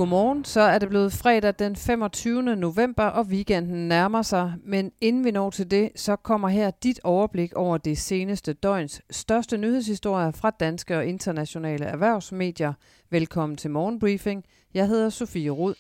Godmorgen, så er det blevet fredag den 25. november, og weekenden nærmer sig. Men inden vi når til det, så kommer her dit overblik over det seneste døgns største nyhedshistorier fra danske og internationale erhvervsmedier. Velkommen til Morgenbriefing. Jeg hedder Sofie Rud.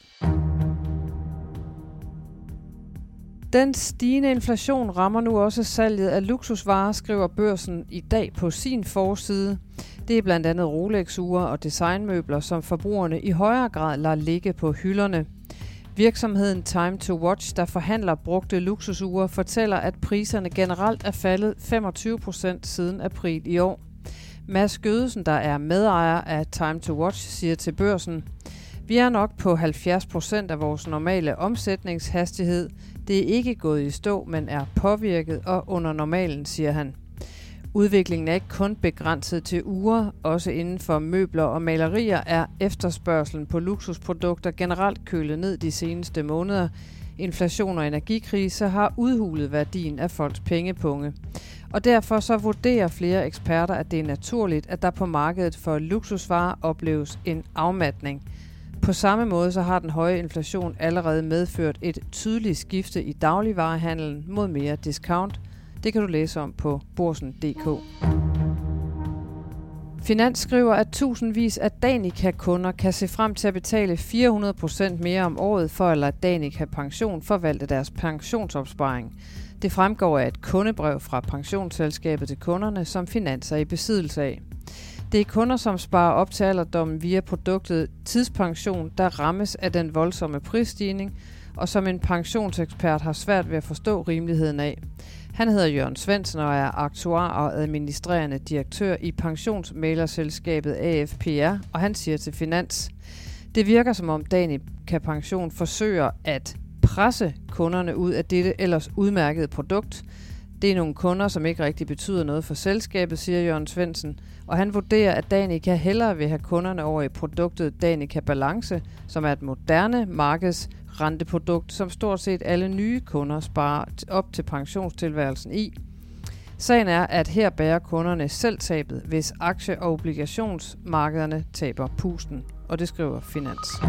Den stigende inflation rammer nu også salget af luksusvarer, skriver Børsen i dag på sin forside. Det er blandt andet Rolex-ure og designmøbler, som forbrugerne i højere grad lader ligge på hylderne. Virksomheden Time to Watch, der forhandler brugte luksusure, fortæller, at priserne generelt er faldet 25% siden april i år. Mads Gødesen, der er medejer af Time to Watch, siger til Børsen: "Vi er nok på 70% af vores normale omsætningshastighed. Det er ikke gået i stå, men er påvirket og under normalen", siger han. Udviklingen er ikke kun begrænset til ure. Også inden for møbler og malerier er efterspørgselen på luksusprodukter generelt kølet ned de seneste måneder. Inflation og energikrise har udhulet værdien af folks pengepunge. Og derfor så vurderer flere eksperter, at det er naturligt, at der på markedet for luksusvarer opleves en afmatning. På samme måde så har den høje inflation allerede medført et tydeligt skifte i dagligvarehandlen mod mere discount. Det kan du læse om på Børsen.dk. Finans skriver, at tusindvis af Danica-kunder kan se frem til at betale 400% mere om året for at lade Danica Pension forvalte deres pensionsopsparing. Det fremgår af et kundebrev fra pensionsselskabet til kunderne, som Finans er i besiddelse af. Det er kunder, som sparer op til alderdommen via produktet tidspension, der rammes af den voldsomme prisstigning, og som en pensionsekspert har svært ved at forstå rimeligheden af. Han hedder Jørgen Svendsen og er aktuar og administrerende direktør i pensionsmæglerselskabet AFPR, og han siger til Finans: "Det virker som om Danica Pension forsøger at presse kunderne ud af dette ellers udmærkede produkt. Det er nogle kunder, som ikke rigtig betyder noget for selskabet", siger Jørgen Svendsen, og han vurderer, at Danica hellere vil have kunderne over i produktet Danica Balance, som er et moderne markedsrenteprodukt, som stort set alle nye kunder sparer op til pensionstilværelsen i. Sagen er, at her bærer kunderne selv tabet, hvis aktie- og obligationsmarkederne taber pusten, og det skriver Finans.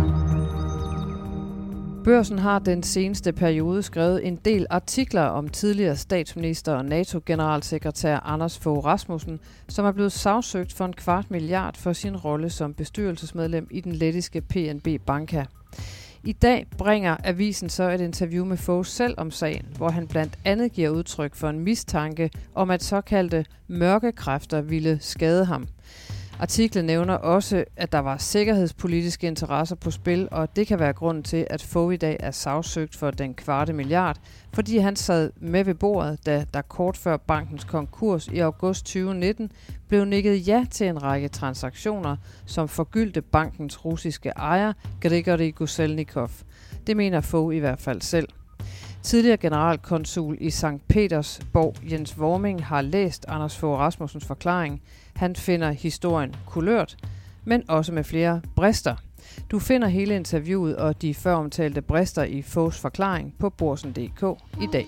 Børsen har den seneste periode skrevet en del artikler om tidligere statsminister og NATO-generalsekretær Anders Fogh Rasmussen, som er blevet sagsøgt for 250 milliarder for sin rolle som bestyrelsesmedlem i den lettiske PNB Banka. I dag bringer avisen så et interview med Fogh selv om sagen, hvor han blandt andet giver udtryk for en mistanke om, at såkaldte mørke kræfter ville skade ham. Artiklen nævner også, at der var sikkerhedspolitiske interesser på spil, og det kan være grunden til, at Fogh i dag er sagsøgt for den 250 milliarder, fordi han sad med ved bordet, da der kort før bankens konkurs i august 2019 blev nikket ja til en række transaktioner, som forgyldte bankens russiske ejer, Grigori Guselnikov. Det mener Fogh i hvert fald selv. Tidligere generalkonsul i Sankt Petersborg, Jens Worming, har læst Anders Fogh Rasmussens forklaring. Han finder historien kulørt, men også med flere brister. Du finder hele interviewet og de føromtalte brister i Foghs forklaring på Børsen.dk i dag.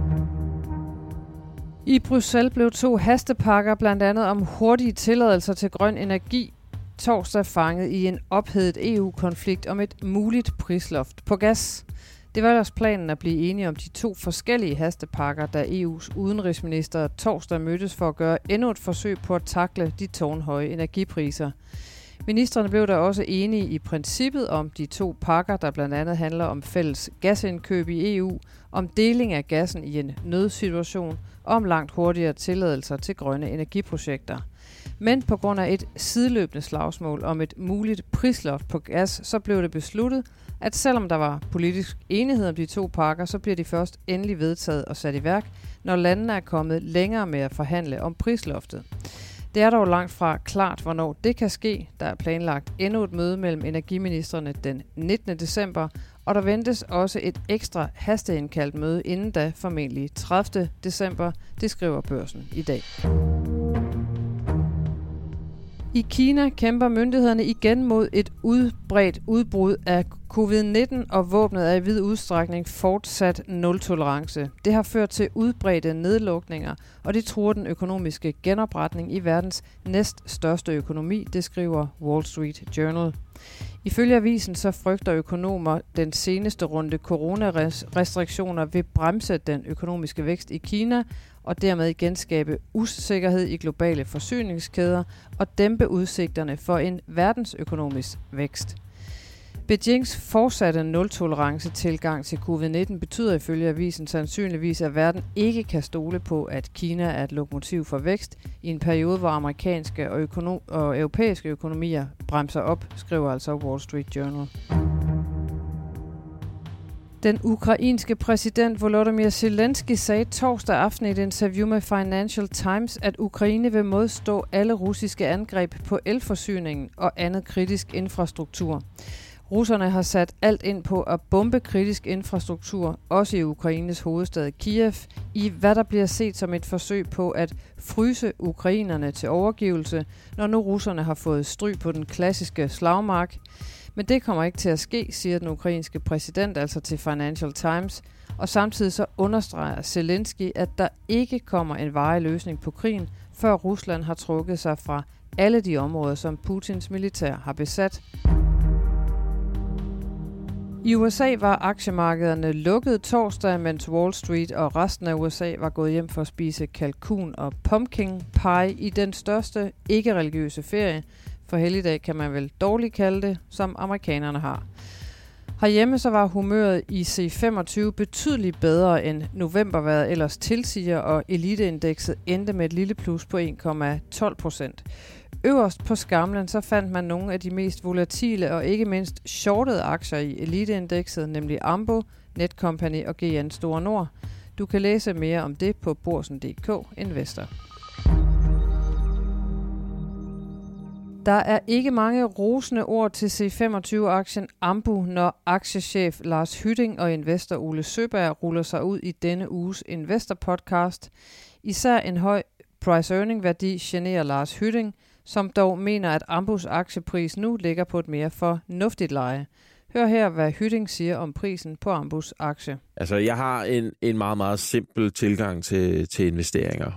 I Bruxelles blev 2 hastepakker, blandt andet om hurtige tilladelser til grøn energi, torsdag fanget i en ophedet EU-konflikt om et muligt prisloft på gas. Det var ellers planen at blive enige om de 2 forskellige hastepakker, da EU's udenrigsminister torsdag mødtes for at gøre endnu et forsøg på at takle de tårnhøje energipriser. Ministrene blev der også enige i princippet om de 2 pakker, der blandt andet handler om fælles gasindkøb i EU, om deling af gassen i en nødsituation og om langt hurtigere tilladelser til grønne energiprojekter. Men på grund af et sideløbende slagsmål om et muligt prisloft på gas, så blev det besluttet, at selvom der var politisk enighed om de 2 pakker, så bliver de først endelig vedtaget og sat i værk, når landene er kommet længere med at forhandle om prisloftet. Det er dog langt fra klart, hvornår det kan ske. Der er planlagt endnu et møde mellem energiministrene den 19. december, og der ventes også et ekstra hasteindkaldt møde inden da, formentlig 30. december, det skriver Børsen i dag. I Kina kæmper myndighederne igen mod et udbredt udbrud af Covid-19 og våbnet er i vid udstrækning fortsat nul-tolerance. Det har ført til udbredte nedlukninger, og det truer den økonomiske genopretning i verdens næststørste økonomi, det skriver Wall Street Journal. Ifølge avisen så frygter økonomer den seneste runde coronarestriktioner vil bremse den økonomiske vækst i Kina og dermed genskabe usikkerhed i globale forsyningskæder og dæmpe udsigterne for en verdensøkonomisk vækst. Beijings fortsatte nul-tolerance-tilgang til covid-19 betyder ifølge avisen sandsynligvis, at verden ikke kan stole på, at Kina er et lokomotiv for vækst i en periode, hvor amerikanske og europæiske økonomier bremser op, skriver altså Wall Street Journal. Den ukrainske præsident Volodymyr Zelensky sagde torsdag aften i et interview med Financial Times, at Ukraine vil modstå alle russiske angreb på elforsyningen og andet kritisk infrastruktur. Russerne har sat alt ind på at bombe kritisk infrastruktur, også i Ukraines hovedstad Kiev, i hvad der bliver set som et forsøg på at fryse ukrainerne til overgivelse, når nu russerne har fået stryg på den klassiske slagmark. Men det kommer ikke til at ske, siger den ukrainske præsident altså til Financial Times, og samtidig så understreger Zelensky, at der ikke kommer en varig løsning på krigen, før Rusland har trukket sig fra alle de områder, som Putins militær har besat. I USA var aktiemarkederne lukket torsdag, mens Wall Street og resten af USA var gået hjem for at spise kalkun og pumpkin pie i den største ikke-religiøse ferie, for helligdag kan man vel dårligt kalde det, som amerikanerne har. Herhjemme så var humøret i C25 betydeligt bedre end novembervejret ellers tilsiger, og eliteindekset endte med et lille plus på 1,12%. Øverst på skamlen så fandt man nogle af de mest volatile og ikke mindst shortede aktier i eliteindekset, nemlig Ambo, Netcompany og GN Store Nord. Du kan læse mere om det på Børsen.dk Investor. Der er ikke mange rosende ord til C25-aktien Ambu, når aktiechef Lars Hytting og investor Ole Søberg ruller sig ud i denne uges investor-podcast. Især en høj price-earning-værdi generer Lars Hytting, som dog mener, at Ambus aktiepris nu ligger på et mere fornuftigt leje. Hør her, hvad Hytting siger om prisen på Ambus aktie. Altså, jeg har en meget, meget simpel tilgang til investeringer.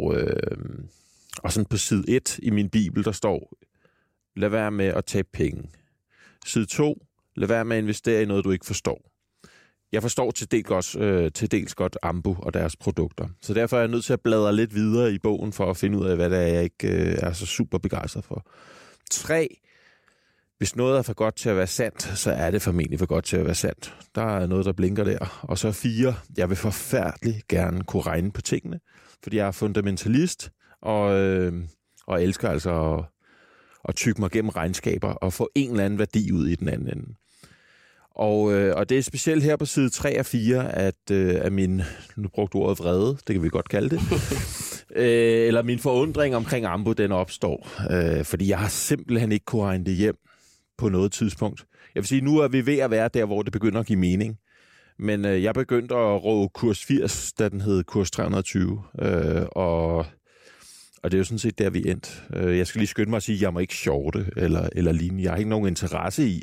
Og sådan på side 1 i min bibel, der står, lad være med at tabe penge. Side 2, lad være med at investere i noget, du ikke forstår. Jeg forstår til dels godt Ambu og deres produkter. Så derfor er jeg nødt til at bladre lidt videre i bogen for at finde ud af, hvad det er, jeg ikke er så super begejstret for. 3. Hvis noget er for godt til at være sandt, så er det formentlig for godt til at være sandt. Der er noget, der blinker der. Og så 4. Jeg vil forfærdeligt gerne kunne regne på tingene, fordi jeg er fundamentalist og elsker altså at tygge mig gennem regnskaber og få en eller anden værdi ud i den anden ende. Og det er specielt her på side 3 og 4, at min, nu brugte ordet vrede, det kan vi godt kalde det, eller min forundring omkring Ambu, den opstår. Fordi jeg har simpelthen ikke kunne regne det hjem på noget tidspunkt. Jeg vil sige, nu er vi ved at være der, hvor det begynder at give mening. Men jeg begyndte at råbe kurs 80, da den hed kurs 320. Og det er jo sådan set der, vi endte. Jeg skal lige skynde mig at sige, at jeg må ikke shorte eller lignende. Jeg har ikke nogen interesse i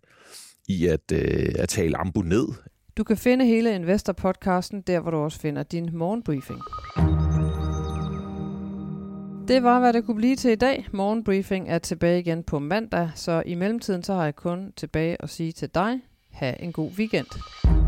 at tale Ambu ned. Du kan finde hele Investor-podcasten der, hvor du også finder din morgenbriefing. Det var, hvad det kunne blive til i dag. Morgenbriefing er tilbage igen på mandag, så i mellemtiden så har jeg kun tilbage at sige til dig, ha' en god weekend.